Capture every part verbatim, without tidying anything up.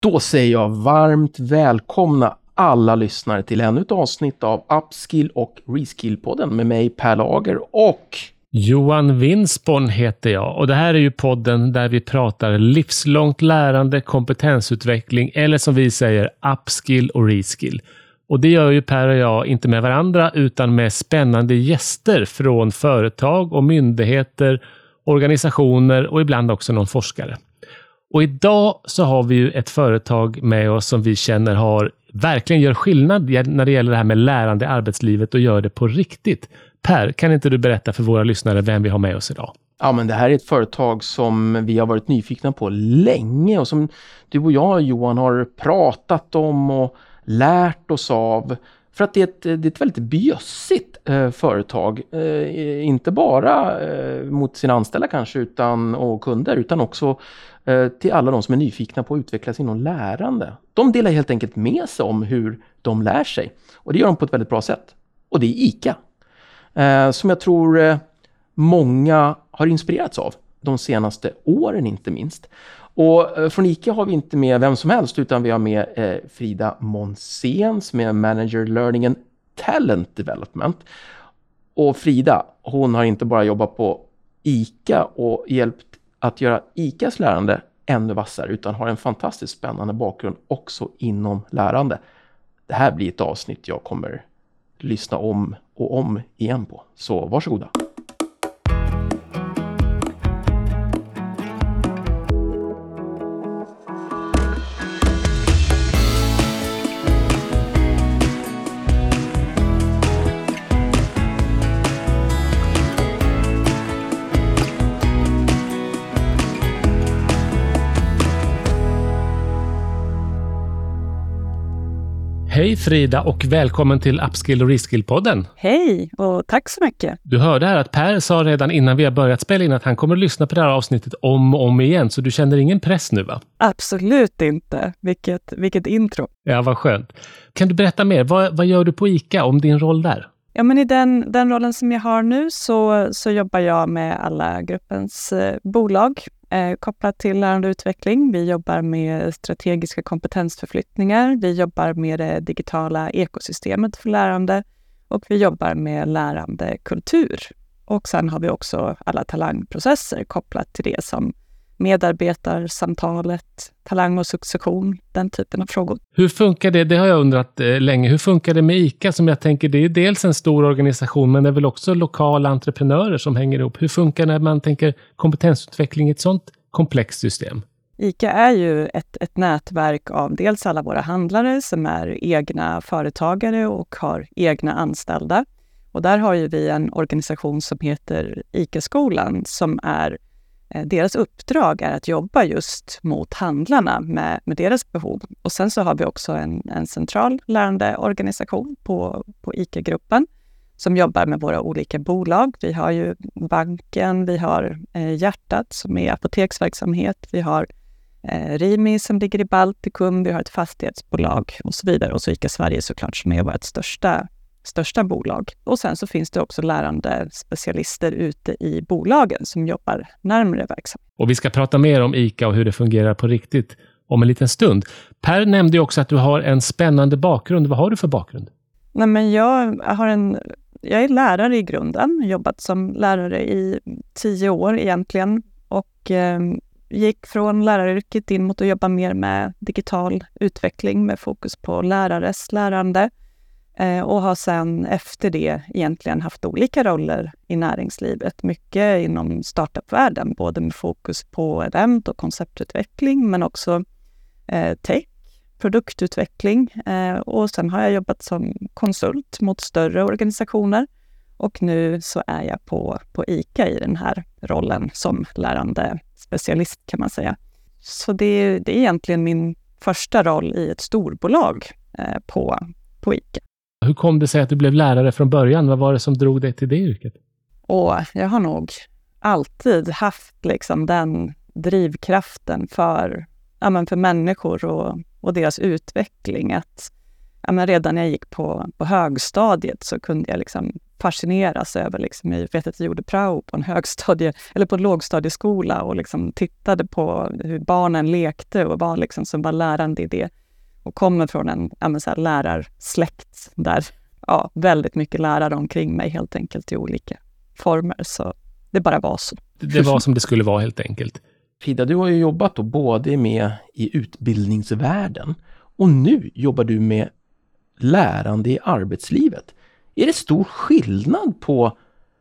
Då säger jag varmt välkomna alla lyssnare till ännu ett avsnitt av Upskill och Reskill-podden med mig Per Lager och Johan Winsborn heter jag och det här är ju podden där vi pratar livslångt lärande, kompetensutveckling eller som vi säger upskill och reskill. Och det gör ju Per och jag inte med varandra utan med spännande gäster från företag och myndigheter, organisationer och ibland också någon forskare. Och idag så har vi ju ett företag med oss som vi känner har verkligen gör skillnad när det gäller det här med lärande i arbetslivet och gör det på riktigt. Per, kan inte du berätta för våra lyssnare vem vi har med oss idag? Ja, men det här är ett företag som vi har varit nyfikna på länge och som du och jag, Johan, har pratat om och lärt oss av. För att det är ett, det är ett väldigt bjössigt eh, företag. Eh, inte bara eh, mot sina anställda kanske utan, och kunder utan också eh, till alla de som är nyfikna på att utvecklas inom lärande. De delar helt enkelt med sig om hur de lär sig. Och det gör de på ett väldigt bra sätt. Och det är ICA. Eh, som jag tror eh, många har inspirerats av de senaste åren inte minst. Och eh, från ICA har vi inte med vem som helst utan vi har med eh, Frida Monsén som är Manager Learning and Talent Development. Och Frida, hon har inte bara jobbat på ICA och hjälpt att göra ICAs lärande ännu vassare utan har en fantastiskt spännande bakgrund också inom lärande. Det här blir ett avsnitt jag kommer lyssna om och om igen på. Så varsågoda. Hej Frida och välkommen till Upskill och Reskill-podden. Hej och tack så mycket. Du hörde här att Per sa redan innan vi har börjat spela in att han kommer att lyssna på det här avsnittet om och om igen. Så du känner ingen press nu va? Absolut inte. Vilket, vilket intro. Ja, vad skönt. Kan du berätta mer? Vad, vad gör du på ICA om din roll där? Ja, men i den, den rollen som jag har nu så, så jobbar jag med alla gruppens eh, bolag eh, kopplat till lärande och utveckling. Vi jobbar med strategiska kompetensförflyttningar. Vi jobbar med det digitala ekosystemet för lärande och vi jobbar med lärandekultur. Och sen har vi också alla talangprocesser kopplat till det som medarbetarsamtalet, talang och succession, den typen av frågor. Hur funkar det? Det har jag undrat eh, länge. Hur funkar det med ICA som jag tänker, det är dels en stor organisation men det är väl också lokala entreprenörer som hänger ihop. Hur funkar det när man tänker kompetensutveckling i ett sånt komplext system? ICA är ju ett, ett nätverk av dels alla våra handlare som är egna företagare och har egna anställda. Och där har ju vi en organisation som heter ICA-skolan som är deras uppdrag är att jobba just mot handlarna med, med deras behov. Och sen så har vi också en, en central lärandeorganisation på, på ICA-gruppen som jobbar med våra olika bolag. Vi har ju banken, vi har eh, Hjärtat som är apoteksverksamhet, vi har eh, Rimi som ligger i Baltikum, vi har ett fastighetsbolag och så vidare. Och så ICA Sverige såklart som är vårt största största bolag. Och sen så finns det också lärande specialister ute i bolagen som jobbar närmare verksamhet. Och vi ska prata mer om ICA och hur det fungerar på riktigt om en liten stund. Per nämnde ju också att du har en spännande bakgrund. Vad har du för bakgrund? Nej, men jag, har en, jag är lärare i grunden. Jobbat som lärare i tio år egentligen. Och eh, gick från läraryrket in mot att jobba mer med digital utveckling med fokus på lärares lärande. Och har sen efter det egentligen haft olika roller i näringslivet. Mycket inom startupvärlden, både med fokus på event- och konceptutveckling men också eh, tech, produktutveckling. Eh, och sen har jag jobbat som konsult mot större organisationer. Och nu så är jag på, på ICA i den här rollen som lärande specialist kan man säga. Så det, det är egentligen min första roll i ett storbolag eh, på, på ICA. Hur kom det sig att du blev lärare från början? Vad var det som drog dig till det yrket? Och jag har nog alltid haft liksom den drivkraften för, ja, men för människor och, och deras utveckling. Att, ja, men redan när jag gick på, på högstadiet så kunde jag liksom fascineras över, liksom, jag vet att jag gjorde prao på en högstadie eller på en lågstadieskola och liksom tittade på hur barnen lekte och var liksom som var lärande i det och kommer från en ja, men så här, lärarsläkt där ja, väldigt mycket lärare omkring mig helt enkelt i olika former, så det bara var så. Det var som det skulle vara helt enkelt. Frida, du har ju jobbat då både med i utbildningsvärlden och nu jobbar du med lärande i arbetslivet. Är det stor skillnad på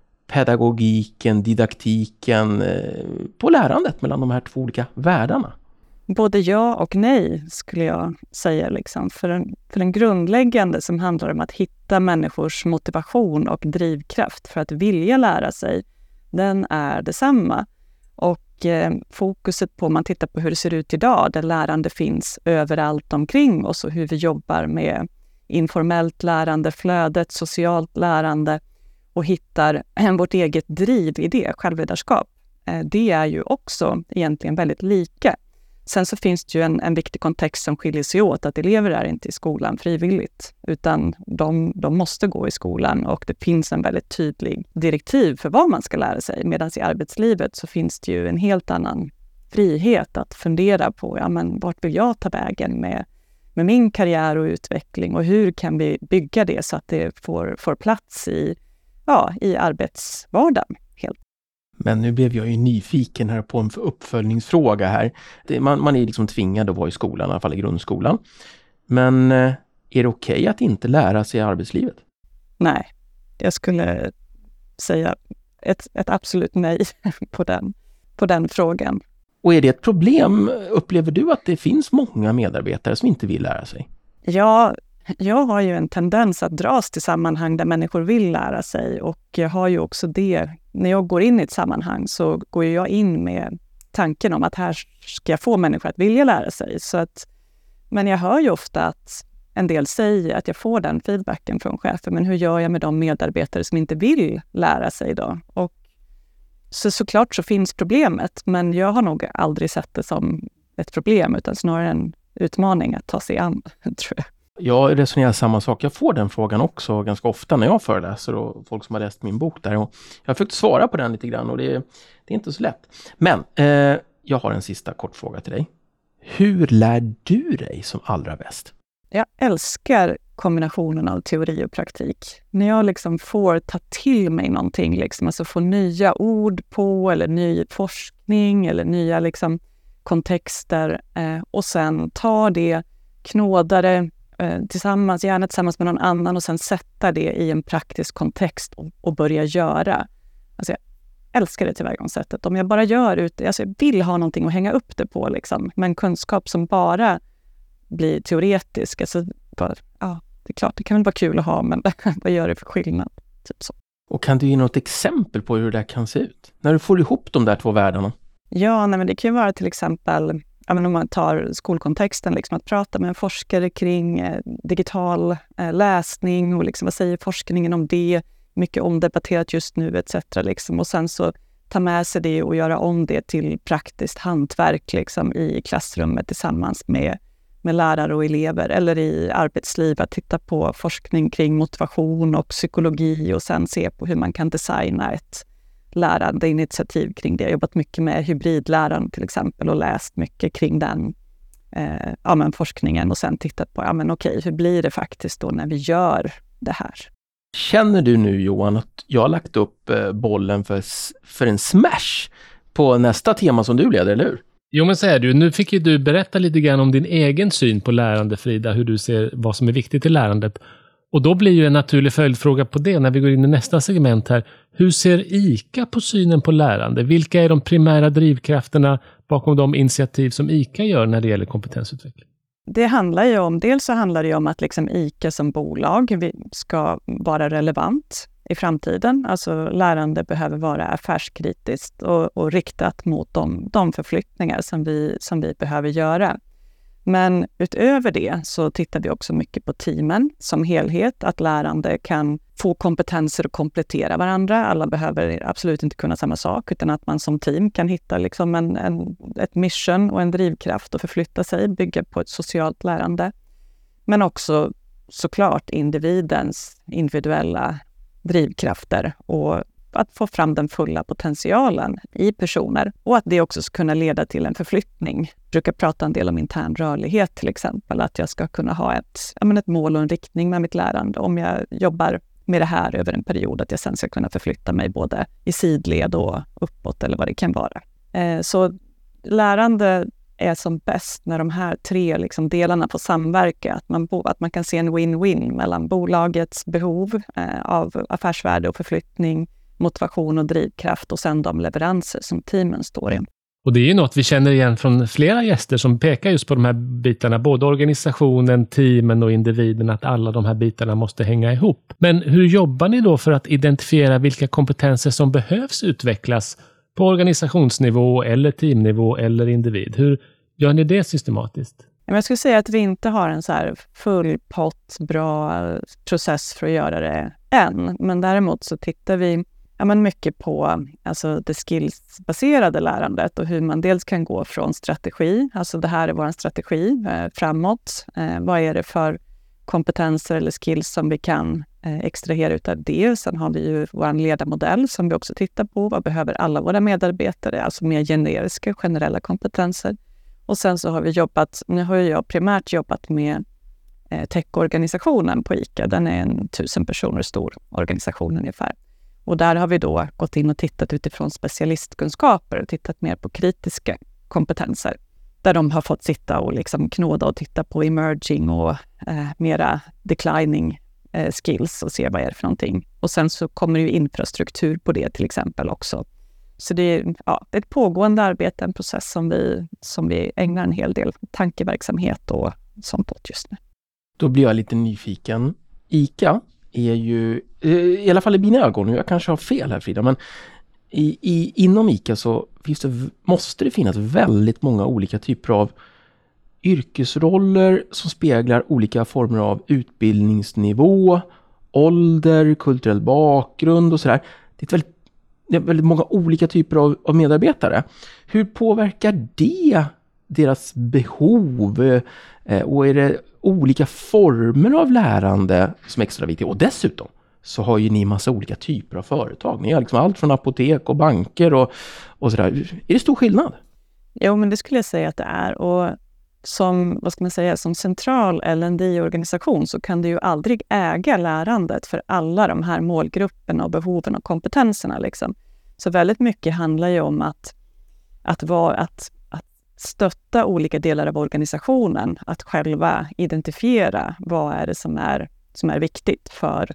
pedagogiken, didaktiken, på lärandet mellan de här två olika världarna? Både ja och nej skulle jag säga. Liksom. För, den, för den grundläggande som handlar om att hitta människors motivation och drivkraft för att vilja lära sig, den är detsamma. Och eh, fokuset på, om man tittar på hur det ser ut idag, där lärande finns överallt omkring oss och hur vi jobbar med informellt lärande, flödet, socialt lärande och hittar eh, vårt eget driv i det, självledarskap. Eh, det är ju också egentligen väldigt lika. Sen så finns det ju en, en viktig kontext som skiljer sig åt, att elever är inte i skolan frivilligt, utan de, de måste gå i skolan och det finns en väldigt tydlig direktiv för vad man ska lära sig. Medan i arbetslivet så finns det ju en helt annan frihet att fundera på, ja men vart vill jag ta vägen med, med min karriär och utveckling och hur kan vi bygga det så att det får, får plats i, ja, i arbetsvardagen helt. Men nu blev jag ju nyfiken här på en uppföljningsfråga här. Det, man, man är liksom tvingad att vara i skolan, i alla fall i grundskolan. Men är det okej okay att inte lära sig i arbetslivet? Nej, jag skulle säga ett, ett absolut nej på den, på den frågan. Och är det ett problem? Upplever du att det finns många medarbetare som inte vill lära sig? Ja, jag har ju en tendens att dras till sammanhang där människor vill lära sig, och jag har ju också det, när jag går in i ett sammanhang så går jag in med tanken om att här ska jag få människor att vilja lära sig. Så att, men jag hör ju ofta att en del säger att jag får den feedbacken från chefen, men hur gör jag med de medarbetare som inte vill lära sig då? Och så såklart så finns problemet, men jag har nog aldrig sett det som ett problem utan snarare en utmaning att ta sig an, tror jag. Jag resonerar samma sak. Jag får den frågan också ganska ofta när jag föreläser och folk som har läst min bok där. Och jag har försökt svara på den lite grann och det är, det är inte så lätt. Men eh, jag har en sista kort fråga till dig. Hur lär du dig som allra bäst? Jag älskar kombinationen av teori och praktik. När jag liksom får ta till mig någonting, liksom, alltså få nya ord på eller ny forskning eller nya liksom, kontexter eh, och sen ta det, knåda det eh, tillsammans, gärna tillsammans med någon annan och sen sätta det i en praktisk kontext och, och börja göra. Alltså jag älskar det tillvägagångssättet. Om jag bara gör ut, alltså jag vill ha någonting att hänga upp det på, liksom, men kunskap som bara blir teoretisk, alltså bara, ja, det är klart, det kan väl vara kul att ha, men vad gör det för skillnad? Typ så. Och kan du ge något exempel på hur det där kan se ut? När du får ihop de där två världarna? Ja, nej, men det kan ju vara till exempel, ja, men om man tar skolkontexten, liksom, att prata med en forskare kring eh, digital eh, läsning och liksom, vad säger forskningen om det? Mycket omdebatterat just nu et cetera. Liksom, och sen så ta med sig det och göra om det till praktiskt hantverk liksom, i klassrummet tillsammans med med lärare och elever eller i arbetsliv, att titta på forskning kring motivation och psykologi och sen se på hur man kan designa ett lärande initiativ kring det. Jag har jobbat mycket med hybridläraren till exempel och läst mycket kring den eh, ja, men forskningen och sen tittat på, ja men okej, hur blir det faktiskt då när vi gör det här? Känner du nu, Johan, att jag har lagt upp bollen för, för en smash på nästa tema som du leder, eller hur? Jo, men så är det. Nu fick ju du berätta lite grann om din egen syn på lärande, Frida, hur du ser vad som är viktigt i lärandet. Och då blir ju en naturlig följdfråga på det när vi går in i nästa segment här. Hur ser ICA på synen på lärande? Vilka är de primära drivkrafterna bakom de initiativ som ICA gör när det gäller kompetensutveckling? Det handlar ju om, dels så handlar det ju om att liksom ICA som bolag ska vara relevant i framtiden. Alltså lärande behöver vara affärskritiskt och, och riktat mot de, de förflyttningar som vi, som vi behöver göra. Men utöver det så tittar vi också mycket på teamen som helhet. Att lärande kan få kompetenser att komplettera varandra. Alla behöver absolut inte kunna samma sak utan att man som team kan hitta liksom en, en, ett mission och en drivkraft att förflytta sig, bygga på ett socialt lärande. Men också såklart individens individuella drivkrafter och att få fram den fulla potentialen i personer och att det också ska kunna leda till en förflyttning. Jag brukar prata en del om intern rörlighet till exempel, att jag ska kunna ha ett, ja, men ett mål och en riktning med mitt lärande. Om jag jobbar med det här över en period, att jag sen ska kunna förflytta mig både i sidled och uppåt eller vad det kan vara. Eh, så lärande är som bäst när de här tre liksom delarna får samverka. Att man, att man kan se en win-win mellan bolagets behov eh, av affärsvärde och förflyttning, motivation och drivkraft och sen de leveranser som teamen står i. Och det är ju något vi känner igen från flera gäster som pekar just på de här bitarna, både organisationen, teamen och individen, att alla de här bitarna måste hänga ihop. Men hur jobbar ni då för att identifiera vilka kompetenser som behövs utvecklas på organisationsnivå eller teamnivå eller individ? Hur gör ni det systematiskt? Jag skulle säga att vi inte har en så här full pott, bra process för att göra det än. Men däremot så tittar vi ja, men mycket på alltså det skillsbaserade lärandet och hur man dels kan gå från strategi, alltså det här är vår strategi eh, framåt. Eh, vad är det för kompetenser eller skills som vi kan eh, extrahera utav det? Sen har vi ju vår ledarmodell som vi också tittar på. Vad behöver alla våra medarbetare? Alltså mer generiska, generella kompetenser. Och sen så har vi jobbat, nu har jag primärt jobbat med eh, techorganisationen på ICA. Den är en tusen personer stor organisation ungefär. Och där har vi då gått in och tittat utifrån specialistkunskaper och tittat mer på kritiska kompetenser. Där de har fått sitta och liksom knåda och titta på emerging och eh, mera declining eh, skills och se vad är det för någonting. Och sen så kommer ju infrastruktur på det till exempel också. Så det är, ja, det är ett pågående arbete, en process som vi, som vi ägnar en hel del tankeverksamhet och sånt åt just nu. Då blir jag lite nyfiken. ICA är ju, i alla fall i mina ögon, jag kanske har fel här Frida, men i, i, inom ICA så finns det, måste det finnas väldigt många olika typer av yrkesroller som speglar olika former av utbildningsnivå, ålder, kulturell bakgrund och sådär. Det är ett väldigt, det är väldigt många olika typer av, av medarbetare. Hur påverkar det deras behov eh, och är det olika former av lärande som är extra viktiga? Och dessutom så har ju ni massa olika typer av företag. Ni har liksom allt från apotek och banker och, och sådär. Är det stor skillnad? Jo, men det skulle jag säga att det är. Och som, vad ska man säga, som central L and D-organisation så kan du ju aldrig äga lärandet för alla de här målgrupperna och behoven och kompetenserna. Liksom. Så väldigt mycket handlar ju om att, att, vara, att, att stötta olika delar av organisationen, att själva identifiera vad är det som är, som är viktigt för,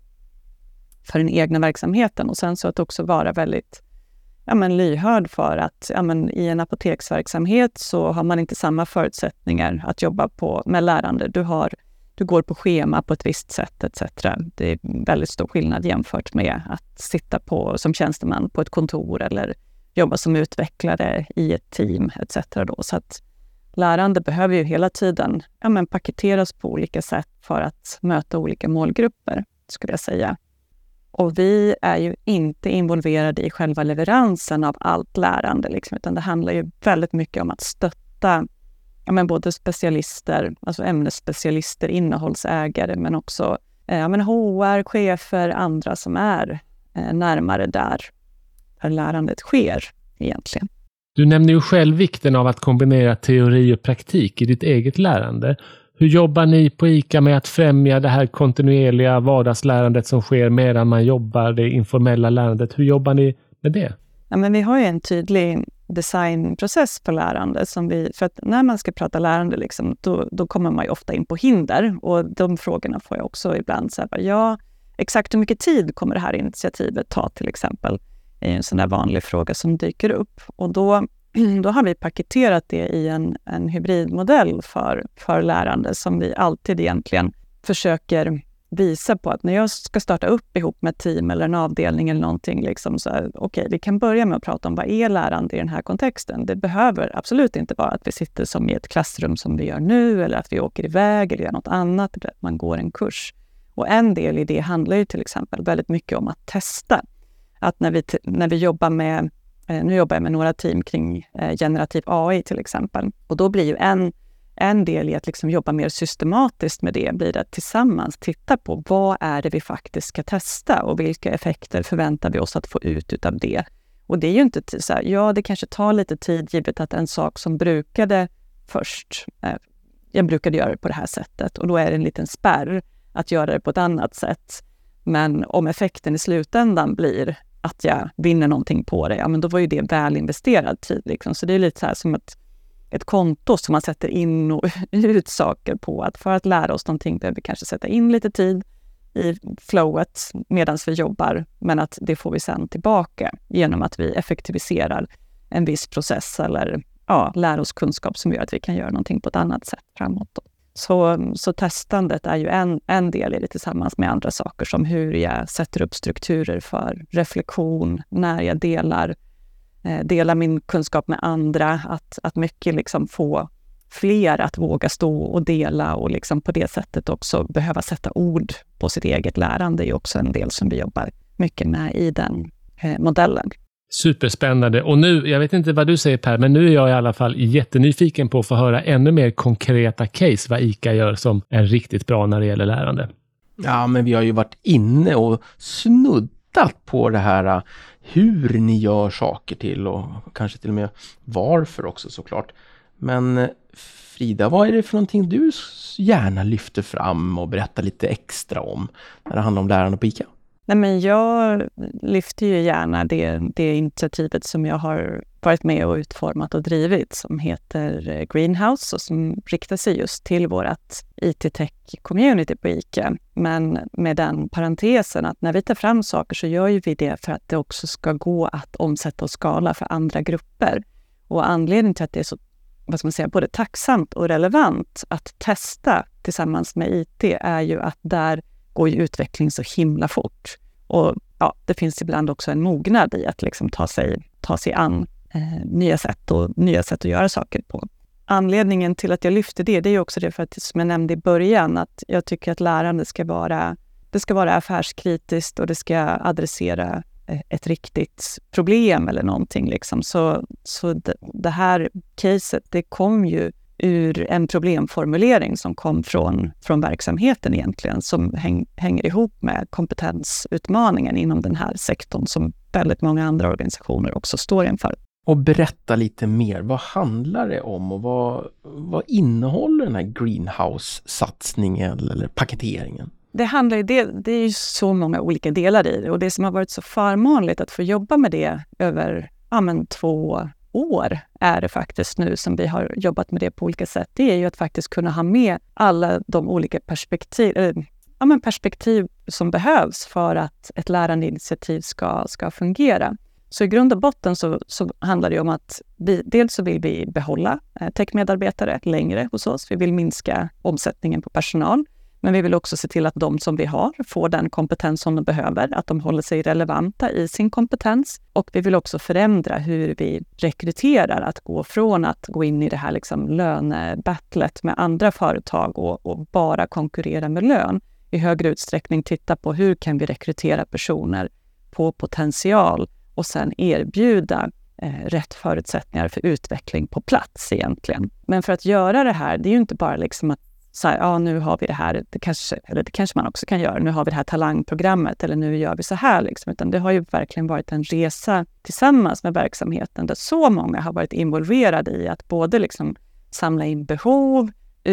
för den egna verksamheten. Och sen så att också vara väldigt ja, men lyhörd för att ja, men i en apoteksverksamhet så har man inte samma förutsättningar att jobba på med lärande. Du, har, du går på schema på ett visst sätt et cetera. Det är väldigt stor skillnad jämfört med att sitta på, som tjänsteman på ett kontor eller jobba som utvecklare i ett team et cetera. Då. Så att lärande behöver ju hela tiden ja, men paketeras på olika sätt för att möta olika målgrupper, skulle jag säga. Och vi är ju inte involverade i själva leveransen av allt lärande, liksom, utan det handlar ju väldigt mycket om att stötta ja, men både specialister, alltså ämnesspecialister, innehållsägare, men också ja, men H R, chefer, andra som är eh, närmare där, där lärandet sker egentligen. Du nämner ju själv vikten av att kombinera teori och praktik i ditt eget lärande. Hur jobbar ni på ICA med att främja det här kontinuerliga vardagslärandet som sker medan man jobbar, det informella lärandet? Hur jobbar ni med det? Ja, men vi har ju en tydlig designprocess på lärande. Som vi, för att när man ska prata lärande, liksom, då, då kommer man ju ofta in på hinder. Och de frågorna får jag också ibland. Så här, ja, exakt hur mycket tid kommer det här initiativet ta till exempel? Det är en sån där vanlig fråga som dyker upp. Och då... Då har vi paketerat det i en, en hybridmodell för, för lärande som vi alltid egentligen försöker visa på att när jag ska starta upp ihop med ett team eller en avdelning eller någonting, liksom så här, okej, vi kan börja med att prata om vad är lärande i den här kontexten. Det behöver absolut inte vara att vi sitter som i ett klassrum som vi gör nu eller att vi åker iväg eller gör något annat eller att man går en kurs. Och en del i det handlar ju till exempel väldigt mycket om att testa. Att när vi, när vi jobbar med Nu jobbar jag med några team kring generativ A I till exempel. Och då blir ju en, en del i att liksom jobba mer systematiskt med det blir att tillsammans titta på vad är det vi faktiskt ska testa och vilka effekter förväntar vi oss att få ut av det. Och det är ju inte t- så här, ja det kanske tar lite tid givet att en sak som brukade först, eh, jag brukade göra det på det här sättet och då är det en liten spärr att göra det på ett annat sätt. Men om effekten i slutändan blir att jag vinner någonting på det, ja men då var ju det väl investerad tid liksom. Så det är lite så här som ett, ett konto som man sätter in och ut saker på. Att för att lära oss någonting behöver vi kanske sätta in lite tid i flowet medan vi jobbar, men att det får vi sen tillbaka genom att vi effektiviserar en viss process eller ja, lär oss kunskap som gör att vi kan göra någonting på ett annat sätt framåt. Så, så testandet är ju en, en del i det tillsammans med andra saker som hur jag sätter upp strukturer för reflektion, när jag delar, eh, delar min kunskap med andra, att, att mycket liksom få fler att våga stå och dela och liksom på det sättet också behöva sätta ord på sitt eget lärande är också en del som vi jobbar mycket med i den eh, modellen. Superspännande. Och nu, jag vet inte vad du säger Per, men nu är jag i alla fall jättenyfiken på att få höra ännu mer konkreta case vad ICA gör som är riktigt bra när det gäller lärande. Ja, men vi har ju varit inne och snuddat på det här hur ni gör saker till och kanske till och med varför också såklart. Men Frida, vad är det för någonting du gärna lyfter fram och berättar lite extra om när det handlar om lärande på ICA? Nej, men jag lyfter ju gärna det, det initiativet som jag har varit med och utformat och drivit som heter Greenhouse och som riktar sig just till vårt I T-tech-community på ICA. Men med den parentesen att när vi tar fram saker så gör ju vi det för att det också ska gå att omsätta och skala för andra grupper. Och anledningen till att det är så, vad ska man säga, både tacksamt och relevant att testa tillsammans med I T är ju att där går ju utveckling så himla fort. Och ja, det finns ibland också en mognad i att liksom ta sig, ta sig an eh, nya sätt och nya sätt att göra saker på. Anledningen till att jag lyfter det, det är ju också det för att, som jag nämnde i början, att jag tycker att lärande ska vara, det ska vara affärskritiskt och det ska adressera ett riktigt problem eller någonting liksom. Så, så det, det här caset, det kom ju ur en problemformulering som kom från, från verksamheten egentligen, som häng, hänger ihop med kompetensutmaningen inom den här sektorn som väldigt många andra organisationer också står inför. Och berätta lite mer, vad handlar det om och vad, vad innehåller den här Greenhouse-satsningen eller paketeringen? Det handlar ju, det, det är ju så många olika delar i det och det som har varit så förmånligt att få jobba med det över ja, men, två år är det faktiskt nu som vi har jobbat med det på olika sätt. Det är ju att faktiskt kunna ha med alla de olika perspektiv, äh, ja, men perspektiv som behövs för att ett lärandeinitiativ ska, ska fungera. Så i grund och botten så, så handlar det om att vi, dels så vill vi behålla eh, techmedarbetare längre hos oss. Vi vill minska omsättningen på personal. Men vi vill också se till att de som vi har får den kompetens som de behöver, att de håller sig relevanta i sin kompetens. Och vi vill också förändra hur vi rekryterar, att gå från att gå in i det här liksom lönebattlet med andra företag och, och bara konkurrera med lön. I högre utsträckning titta på hur kan vi rekrytera personer på potential och sen erbjuda eh, rätt förutsättningar för utveckling på plats egentligen. Men för att göra det här, det är ju inte bara liksom att så här, ja nu har vi det här, det kanske, eller det kanske man också kan göra, nu har vi det här talangprogrammet eller nu gör vi så här liksom, utan det har ju verkligen varit en resa tillsammans med verksamheten där så många har varit involverade i att både liksom samla in behov,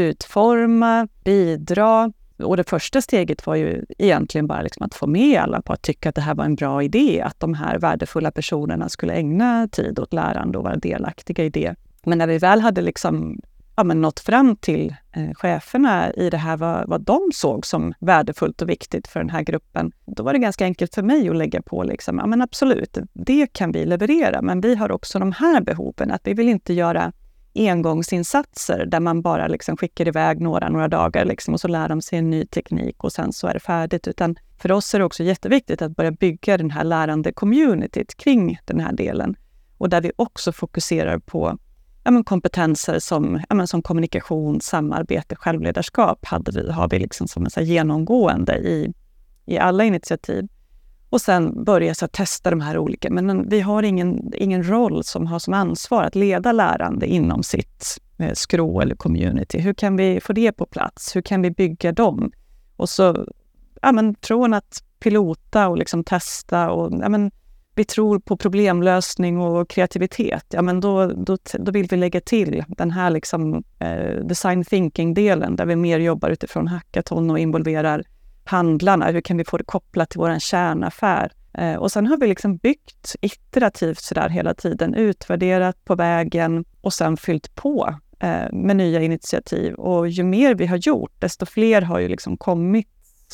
utforma, bidra. Och det första steget var ju egentligen bara liksom att få med alla på att tycka att det här var en bra idé, att de här värdefulla personerna skulle ägna tid åt lärande och vara delaktiga i det. Men när vi väl hade liksom ja, men nått fram till eh, cheferna i det här, vad, vad de såg som värdefullt och viktigt för den här gruppen, då var det ganska enkelt för mig att lägga på liksom, ja men absolut, det kan vi leverera, men vi har också de här behoven, att vi vill inte göra engångsinsatser där man bara liksom skickar iväg några, några dagar liksom, och så lär de sig en ny teknik och sen så är det färdigt, utan för oss är det också jätteviktigt att börja bygga den här lärande communityt kring den här delen, och där vi också fokuserar på ja, men kompetenser som, ja, men som kommunikation, samarbete, självledarskap hade vi, har vi liksom som en så här genomgående i, i alla initiativ. Och sen börja så att testa de här olika. Men vi har ingen, ingen roll som har som ansvar att leda lärande inom sitt eh, skrå eller community. Hur kan vi få det på plats? Hur kan vi bygga dem? Och så ja, men, från att pilota och liksom testa och ja, men, vi tror på problemlösning och kreativitet. Ja, men då, då, då vill vi lägga till den här liksom, eh, design thinking-delen där vi mer jobbar utifrån hackathon och involverar handlarna. Hur kan vi få det kopplat till vår kärnaffär? Eh, och sen har vi liksom byggt iterativt så där hela tiden, utvärderat på vägen och sen fyllt på eh, med nya initiativ. Och ju mer vi har gjort, desto fler har ju liksom kommit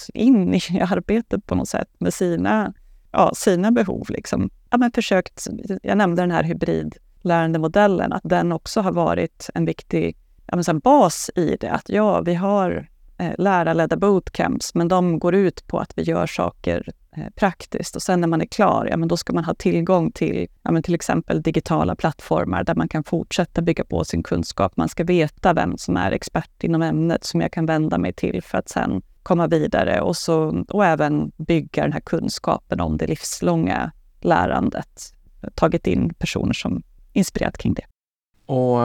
in i arbetet på något sätt med sina, ja, sina behov. Liksom. Ja, men försökt, jag nämnde den här hybridlärandemodellen, att den också har varit en viktig ja, men så här bas i det. Att ja, vi har eh, lärarledda bootcamps, men de går ut på att vi gör saker eh, praktiskt. Och sen när man är klar, ja, men då ska man ha tillgång till ja, men till exempel digitala plattformar där man kan fortsätta bygga på sin kunskap. Man ska veta vem som är expert inom ämnet som jag kan vända mig till för att sen komma vidare och, så, och även bygga den här kunskapen om det livslånga lärandet. Tagit in personer som inspirerat kring det. Och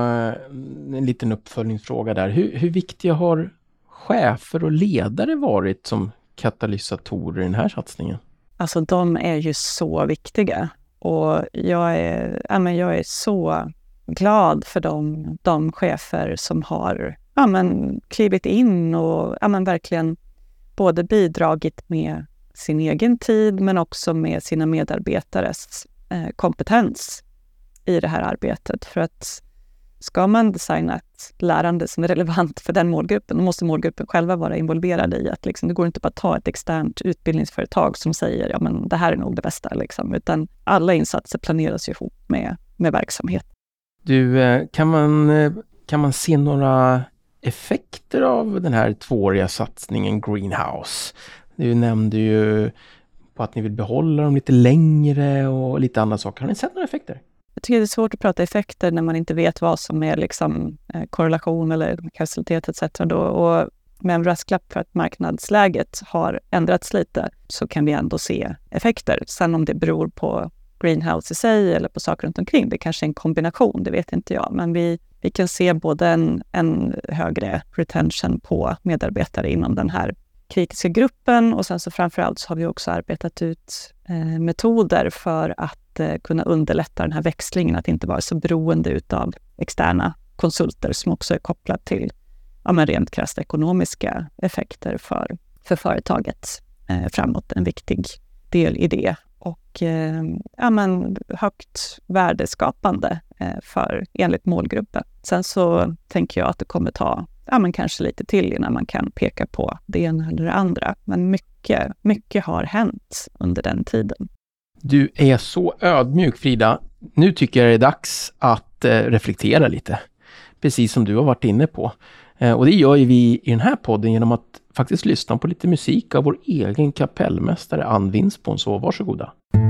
en liten uppföljningsfråga där. Hur, hur viktiga har chefer och ledare varit som katalysatorer i den här satsningen? Alltså de är ju så viktiga. Och jag är, ja, men jag är så glad för de, de chefer som har ja, men, klivit in och ja, men, verkligen både bidragit med sin egen tid men också med sina medarbetares eh, kompetens i det här arbetet. För att ska man designa ett lärande som är relevant för den målgruppen, då måste målgruppen själva vara involverade i att liksom, det går inte bara att ta ett externt utbildningsföretag som säger ja men det här är nog det bästa, liksom, utan alla insatser planeras ihop med, med verksamhet. Du, kan man, kan man se några effekter av den här tvååriga satsningen Greenhouse? Du nämnde ju på att ni vill behålla dem lite längre och lite andra saker. Har ni sett några effekter? Jag tycker det är svårt att prata effekter när man inte vet vad som är liksom, eh, korrelation eller kausalitet et cetera. Då. Och med en brasklapp för att marknadsläget har ändrats lite så kan vi ändå se effekter. Sen om det beror på Greenhouse i sig eller på saker runt omkring, det kanske är en kombination, det vet inte jag. Men vi, vi kan se både en, en högre retention på medarbetare inom den här kritiska gruppen och sen så framförallt så har vi också arbetat ut eh, metoder för att eh, kunna underlätta den här växlingen, att inte vara så beroende utav externa konsulter som också är kopplat till ja, men rent krasst ekonomiska effekter för, för företaget eh, framåt. En viktig del i det och eh, ja, men högt värdeskapande eh, för enligt målgruppen. Sen så tänker jag att det kommer ta ja, men kanske lite till innan man kan peka på det ena eller det andra. Men mycket, mycket har hänt under den tiden. Du är så ödmjuk, Frida. Nu tycker jag det är dags att eh, reflektera lite. Precis som du har varit inne på. Eh, och det gör ju vi i den här podden genom att faktiskt lyssna på lite musik av vår egen kapellmästare Ann Winsborn. Så varsågoda.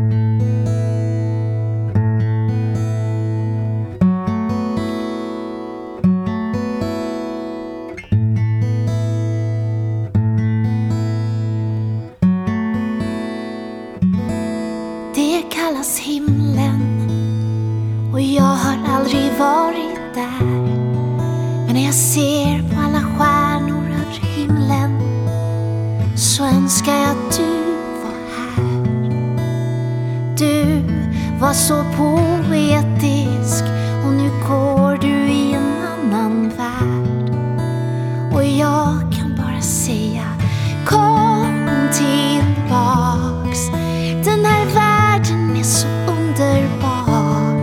Himlen och jag har aldrig varit där, men när jag ser på alla stjärnor över himlen så önskar jag att du var här. Du var så poetisk och nu går du i en annan värld och jag kan bara säga kom tillbaks. Den här världen är så underbar.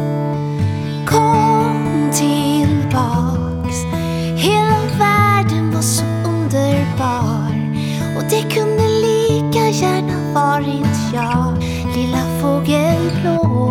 Kom tillbaks. Hela världen var så underbar. Och det kunde lika gärna varit jag, lilla fågelblå.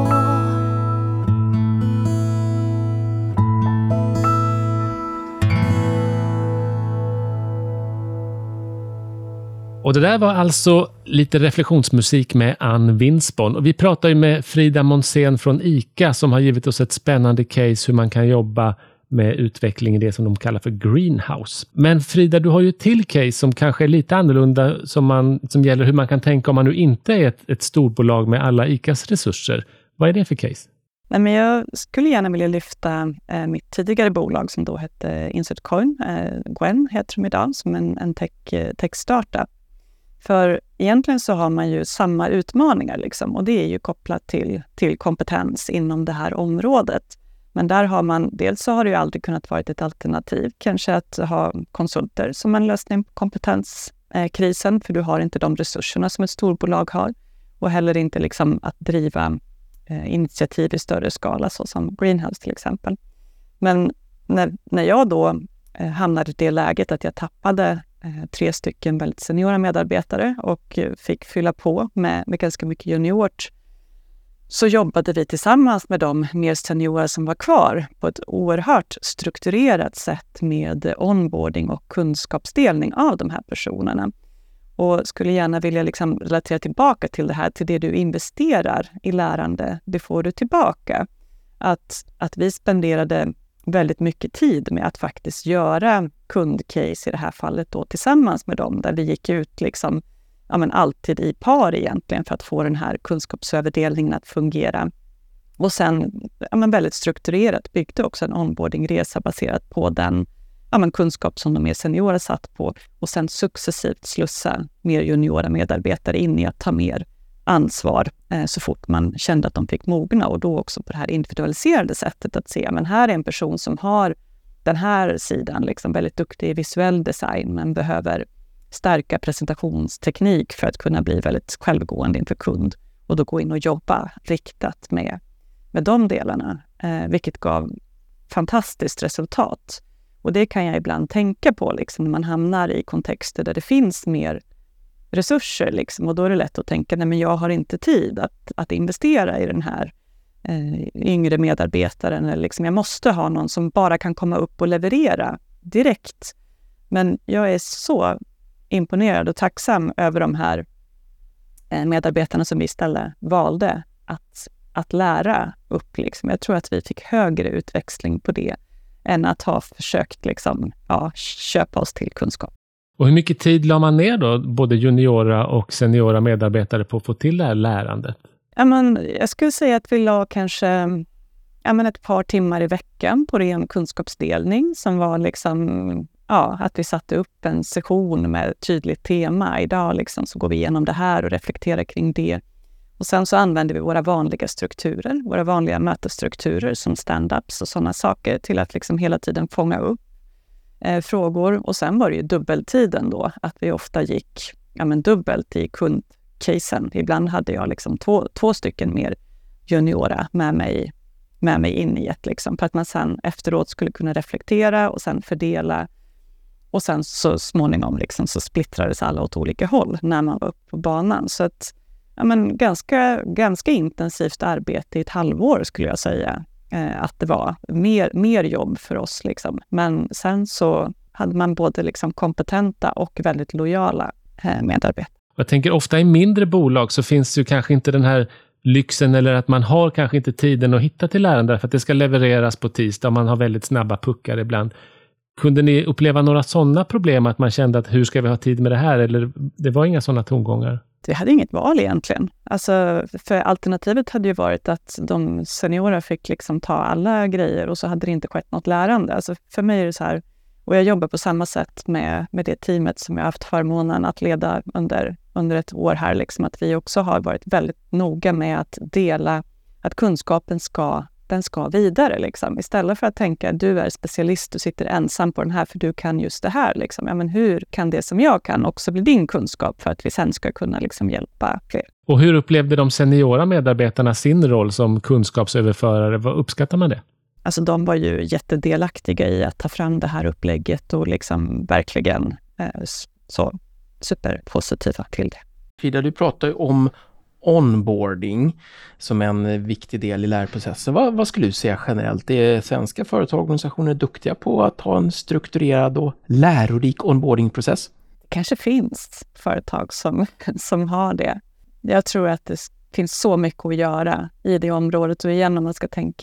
Och det där var alltså lite reflektionsmusik med Ann Winsborn. Och vi pratar ju med Frida Monsén från ICA som har givit oss ett spännande case hur man kan jobba med utveckling i det som de kallar för greenhouse. Men Frida, du har ju ett till case som kanske är lite annorlunda som, man, som gäller hur man kan tänka om man nu inte är ett, ett storbolag med alla I C As resurser. Vad är det för case? Nej, men jag skulle gärna vilja lyfta eh, mitt tidigare bolag som då hette InsertCoin, eh, Gwen heter de idag, som en, en tech, tech startup. För egentligen så har man ju samma utmaningar liksom, och det är ju kopplat till, till kompetens inom det här området. Men där har man, dels så har det ju aldrig kunnat vara ett alternativ, kanske att ha konsulter som en lösning på kompetenskrisen, för du har inte de resurserna som ett storbolag har, och heller inte liksom att driva eh, initiativ i större skala, så som Greenhouse till exempel. Men när, när jag då eh, hamnade i det läget att jag tappade eh, tre stycken väldigt seniora medarbetare och eh, fick fylla på med, med ganska mycket juniort, så jobbade vi tillsammans med de mer seniora som var kvar på ett oerhört strukturerat sätt med onboarding och kunskapsdelning av de här personerna. Och skulle gärna vilja liksom relatera tillbaka till det här, till det du investerar i lärande, det får du tillbaka. Att, att vi spenderade väldigt mycket tid med att faktiskt göra kundcase i det här fallet då tillsammans med dem, där vi gick ut liksom ja, men alltid i par egentligen för att få den här kunskapsöverdelningen att fungera. Och sen ja, men väldigt strukturerat byggde också en onboardingresa baserat på den ja, men kunskap som de mer seniora satt på, och sen successivt slussa mer juniora medarbetare in i att ta mer ansvar eh, så fort man kände att de fick mogna, och då också på det här individualiserade sättet att se, men här är en person som har den här sidan, liksom väldigt duktig i visuell design, men behöver stärka presentationsteknik för att kunna bli väldigt självgående inför kund, och då gå in och jobba riktat med, med de delarna, eh, vilket gav fantastiskt resultat. Och det kan jag ibland tänka på liksom, när man hamnar i kontexter där det finns mer resurser. Liksom, och då är det lätt att tänka, nej men jag har inte tid att, att investera i den här eh, yngre medarbetaren. Eller liksom, jag måste ha någon som bara kan komma upp och leverera direkt. Men jag är så imponerad och tacksam över de här eh, medarbetarna som vi istället valde att, att lära upp. Liksom. Jag tror att vi fick högre utväxling på det än att ha försökt liksom, ja, köpa oss till kunskap. Och hur mycket tid la man ner då, både juniora och seniora medarbetare, på att få till det här lärandet? Ja, men, jag skulle säga att vi la kanske ja, men ett par timmar i veckan på ren kunskapsdelning, som var liksom, ja, att vi satte upp en session med ett tydligt tema. Idag liksom, så går vi igenom det här och reflekterar kring det. Och sen så använder vi våra vanliga strukturer, våra vanliga mötesstrukturer som stand-ups och sådana saker till att liksom hela tiden fånga upp eh, frågor. Och sen var det ju dubbeltiden då, att vi ofta gick ja, men dubbelt i kundcasen. Ibland hade jag liksom två, två stycken mer juniora med mig, med mig in i ett, liksom, för att man sen efteråt skulle kunna reflektera och sen fördela. Och sen så småningom liksom, så splittrades alla åt olika håll när man var uppe på banan. Så att ja, men ganska, ganska intensivt arbete i ett halvår skulle jag säga eh, att det var. Mer, mer jobb för oss. Liksom. Men sen så hade man både liksom kompetenta och väldigt lojala eh, medarbetare. Jag tänker ofta i mindre bolag så finns ju kanske inte den här lyxen, eller att man har kanske inte tiden att hitta till lärande för att det ska levereras på tisdag och man har väldigt snabba puckar ibland. Kunde ni uppleva några sådana problem, att man kände att hur ska vi ha tid med det här, eller det var inga sådana tongångar? Vi hade inget val egentligen. Alltså, för alternativet hade ju varit att de seniora fick liksom ta alla grejer och så hade det inte skett något lärande. Alltså, för mig är det så här, och jag jobbar på samma sätt med, med det teamet som jag haft förmånen att leda under, under ett år här. Liksom, att vi också har varit väldigt noga med att dela, att kunskapen ska, den ska vidare. Liksom. Istället för att tänka att du är specialist, du sitter ensam på den här för du kan just det här. Liksom. Ja, men hur kan det som jag kan också bli din kunskap för att vi sen ska kunna liksom hjälpa fler? Och hur upplevde de seniora medarbetarna sin roll som kunskapsöverförare? Vad uppskattar man det? Alltså de var ju jättedelaktiga i att ta fram det här upplägget och liksom verkligen eh, så superpositiva till det. Frida, du pratar ju om onboarding som en viktig del i lärprocessen. Vad, vad skulle du säga generellt? Är svenska företagsorganisationer duktiga på att ha en strukturerad och lärorik onboardingprocess? Det kanske finns företag som, som har det. Jag tror att det finns så mycket att göra i det området, och igen om man ska tänka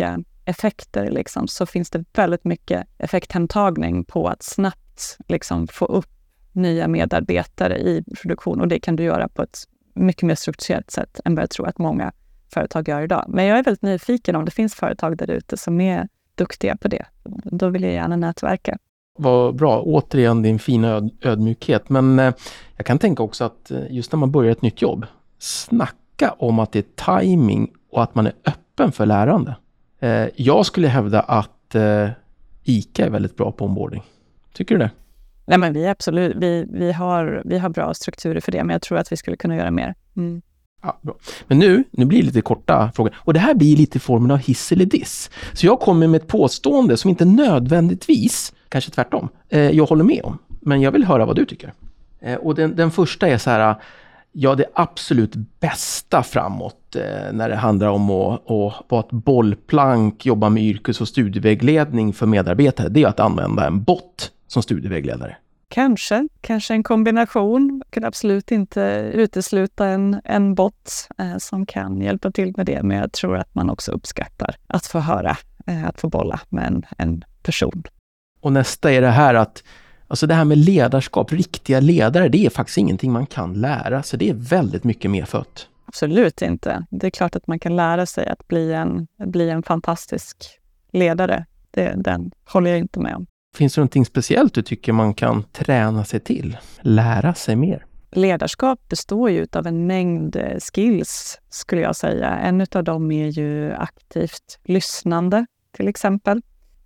effekter liksom, så finns det väldigt mycket effekthemtagning på att snabbt liksom, få upp nya medarbetare i produktion, och det kan du göra på ett mycket mer strukturerat sätt än vad jag tror att många företag gör idag. Men jag är väldigt nyfiken om det finns företag där ute som är duktiga på det. Då vill jag gärna nätverka. Vad bra. Återigen din fina öd- ödmjukhet. Men eh, jag kan tänka också att eh, just när man börjar ett nytt jobb, snacka om att det är timing och att man är öppen för lärande. Eh, jag skulle hävda att eh, ICA är väldigt bra på onboarding. Tycker du det? Nej, men vi absolut, vi, vi, har, vi har bra strukturer för det, men jag tror att vi skulle kunna göra mer. Mm. Ja, bra. Men nu, nu blir det lite korta frågor. Och det här blir lite i formen av hiss eller diss. Så jag kommer med ett påstående som inte nödvändigtvis, kanske tvärtom, eh, jag håller med om. Men jag vill höra vad du tycker. Eh, och den, den första är så här, ja, det absolut bästa framåt eh, när det handlar om att, att vara ett bollplank, jobba med yrkes- och studievägledning för medarbetare, det är att använda en bot som studievägledare. Kanske, kanske en kombination. Jag kan absolut inte utesluta en, en bot eh, som kan hjälpa till med det, men jag tror att man också uppskattar att få höra, eh, att få bolla med en, en person. Och nästa är det här att, alltså det här med ledarskap, riktiga ledare, det är faktiskt ingenting man kan lära sig. Det är väldigt mycket mer fött. Absolut inte. Det är klart att man kan lära sig att bli en, bli en fantastisk ledare. Det, den håller jag inte med om. Finns det någonting speciellt du tycker man kan träna sig till? Lära sig mer? Ledarskap består ju av en mängd skills, skulle jag säga. En av dem är ju aktivt lyssnande, till exempel.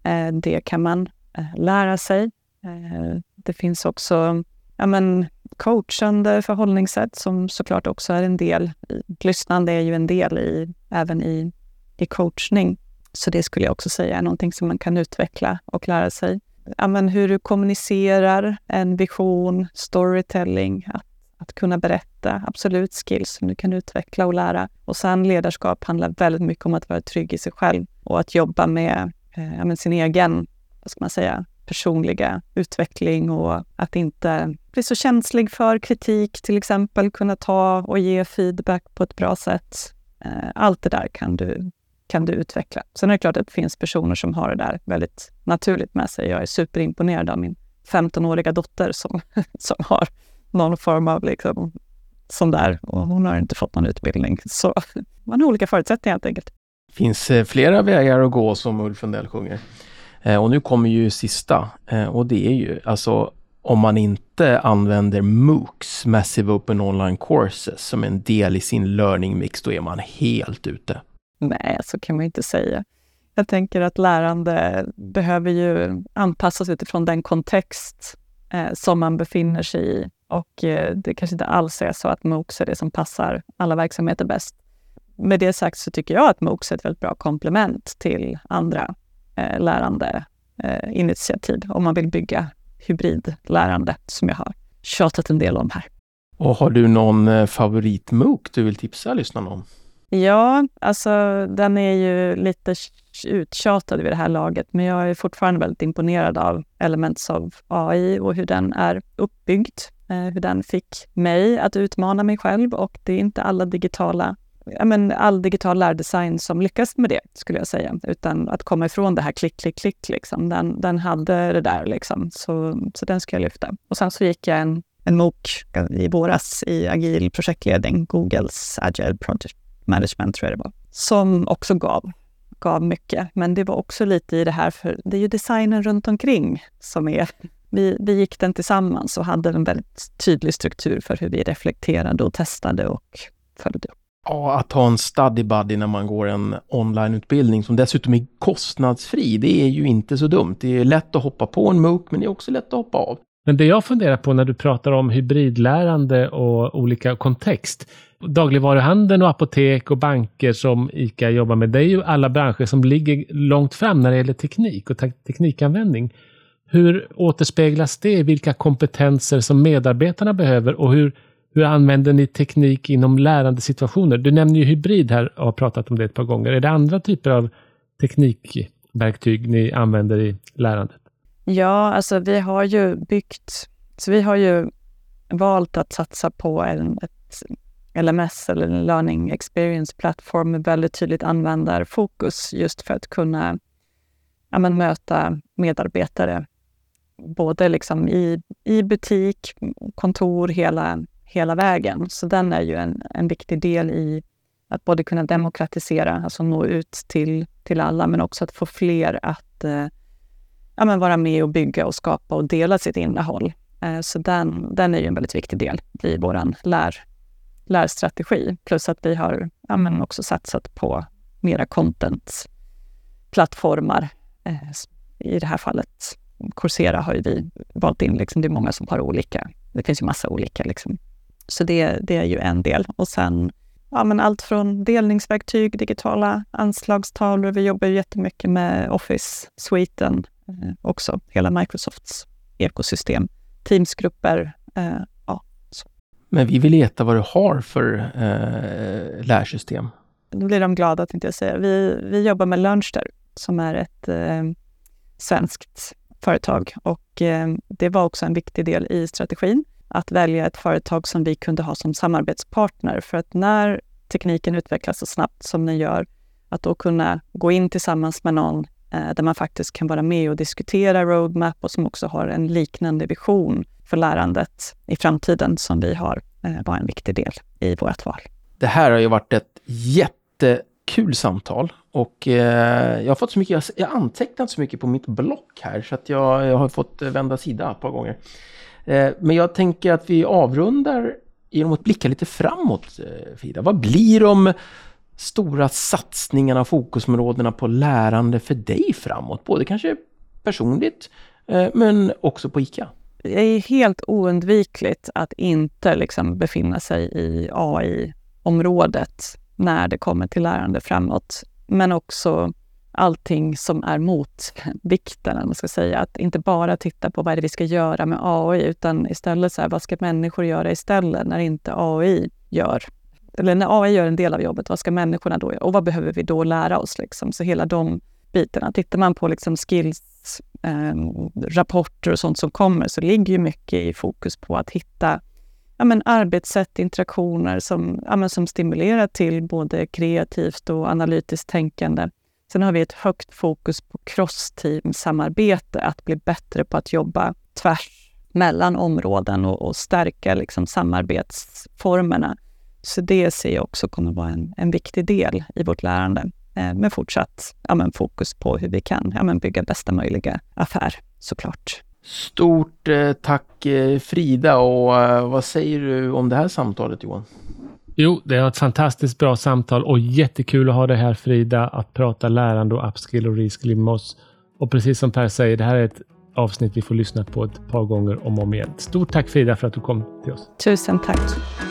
Det kan man lära sig. Det finns också ja, men, coachande förhållningssätt som såklart också är en del. Lyssnande är ju en del i, även i, i coachning. Så det skulle jag också säga är någonting som man kan utveckla och lära sig. Ja, men hur du kommunicerar, en vision, storytelling, att, att kunna berätta, absolut skills som du kan utveckla och lära. Och sen ledarskap handlar väldigt mycket om att vara trygg i sig själv och att jobba med, eh, ja, med sin egen, vad ska man säga, personliga utveckling och att inte bli så känslig för kritik, till exempel kunna ta och ge feedback på ett bra sätt. Eh, allt det där kan du kan du utveckla. Sen är det klart att det finns personer som har det där väldigt naturligt med sig. Jag är superimponerad av min femtonåriga dotter som, som har någon form av liksom, sån där, och hon har inte fått någon utbildning. Så man har olika förutsättningar helt enkelt. Det finns flera vägar att gå som Ulf Lundell sjunger. Eh, och nu kommer ju sista. Eh, och det är ju, alltså om man inte använder MOOCs, Massive Open Online Courses, som en del i sin learning mix, då är man helt ute. Nej, så kan man inte säga. Jag tänker att lärande behöver ju anpassas utifrån den kontext eh, som man befinner sig i. Och eh, det kanske inte alls är så att MOOCs är det som passar alla verksamheter bäst. Med det sagt så tycker jag att MOOCs är ett väldigt bra komplement till andra eh, lärande eh, initiativ. Om man vill bygga hybridlärande som jag har tjatat en del om här. Och har du någon eh, favorit MOOC du vill tipsa lyssnarna om? Ja, alltså den är ju lite uttjatad vid det här laget, men jag är fortfarande väldigt imponerad av Elements of A I och hur den är uppbyggd, eh, hur den fick mig att utmana mig själv, och det är inte alla digitala, ja, men all digital lärdesign som lyckas med det, skulle jag säga, utan att komma ifrån det här klick, klick, klick, liksom. Den, den hade det där liksom, så, så den ska jag lyfta. Och sen så gick jag en, en MOOC i våras i agil projektledning, Googles Agile Project Management tror jag det var, som också gav, gav mycket. Men det var också lite i det här, för det är ju designen runt omkring som är, vi, vi gick den tillsammans och hade en väldigt tydlig struktur för hur vi reflekterade och testade och följde upp. Ja, att ha en study buddy när man går en onlineutbildning som dessutom är kostnadsfri, det är ju inte så dumt. Det är lätt att hoppa på en MOOC, men det är också lätt att hoppa av. Men det jag funderar på när du pratar om hybridlärande och olika kontext, dagligvaruhandeln och apotek och banker som ICA jobbar med, det är ju alla branscher som ligger långt fram när det gäller teknik och te- teknikanvändning. Hur återspeglas det? Vilka kompetenser som medarbetarna behöver och hur, hur använder ni teknik inom lärande situationer? Du nämner ju hybrid här och har pratat om det ett par gånger. Är det andra typer av teknikverktyg ni använder i lärandet? Ja, alltså vi har ju byggt, så vi har ju valt att satsa på en, ett L M S eller Learning Experience Platform med väldigt tydligt användarfokus just för att kunna ja, men, möta medarbetare både liksom i, i butik, kontor, hela, hela vägen. Så den är ju en, en viktig del i att både kunna demokratisera, alltså nå ut till, till alla, men också att få fler att eh, ja, men vara med och bygga och skapa och dela sitt innehåll. Eh, så den, den är ju en väldigt viktig del i vår lär, lärstrategi. Plus att vi har ja, men också satsat på mera content-plattformar. Eh, I det här fallet Coursera har ju vi valt in, liksom, det är många som har olika. Det finns ju massa olika. Liksom. Så det, det är ju en del. Och sen ja, men allt från delningsverktyg, digitala anslagstavlor. Vi jobbar ju jättemycket med Office-suiten eh, också. Hela Microsofts ekosystem. Teamsgrupper. Eh, ja, så. Men vi vill veta vad du har för eh, lärsystem. Då blir de glada att inte jag säger. Vi, vi jobbar med Learnster som är ett eh, svenskt företag. Och eh, det var också en viktig del i strategin. Att välja ett företag som vi kunde ha som samarbetspartner. För att när tekniken utvecklas så snabbt som den gör, att då kunna gå in tillsammans med någon eh, där man faktiskt kan vara med och diskutera roadmap och som också har en liknande vision för lärandet i framtiden som vi har eh, var en viktig del i vårt val. Det här har ju varit ett jättekul samtal och eh, jag har fått så mycket, jag har antecknat så mycket på mitt block här så att jag, jag har fått vända sida ett par gånger. Men jag tänker att vi avrundar genom att blicka lite framåt, Frida. Vad blir de stora satsningarna och fokusområdena på lärande för dig framåt? Både kanske personligt, men också på ICA. Det är helt oundvikligt att inte liksom befinna sig i A I-området när det kommer till lärande framåt. Men också allting som är motvikten, man ska säga. Att inte bara titta på vad är det vi ska göra med A I, utan istället så här, vad ska människor göra istället när inte A I gör? Eller när A I gör en del av jobbet, vad ska människorna då göra? Och vad behöver vi då lära oss? Liksom? Så hela de bitarna. Tittar man på liksom skills, eh, rapporter och sånt som kommer, så ligger ju mycket i fokus på att hitta ja, men arbetssätt, interaktioner som, ja, men som stimulerar till både kreativt och analytiskt tänkande. Sen har vi ett högt fokus på cross-team-samarbete, att bli bättre på att jobba tvärs mellan områden och, och stärka liksom samarbetsformerna. Så det ser jag också kommer vara en, en viktig del i vårt lärande. Eh, med fortsatt ja, men fokus på hur vi kan ja, men bygga bästa möjliga affär, såklart. Stort eh, tack eh, Frida, och eh, vad säger du om det här samtalet, Johan? Jo, det är ett fantastiskt bra samtal och jättekul att ha det här, Frida, att prata lärande och upskill och reskill med oss. Och precis som Per säger, det här är ett avsnitt vi får lyssna på ett par gånger om och om igen. Stort tack, Frida, för att du kom till oss. Tusen tack.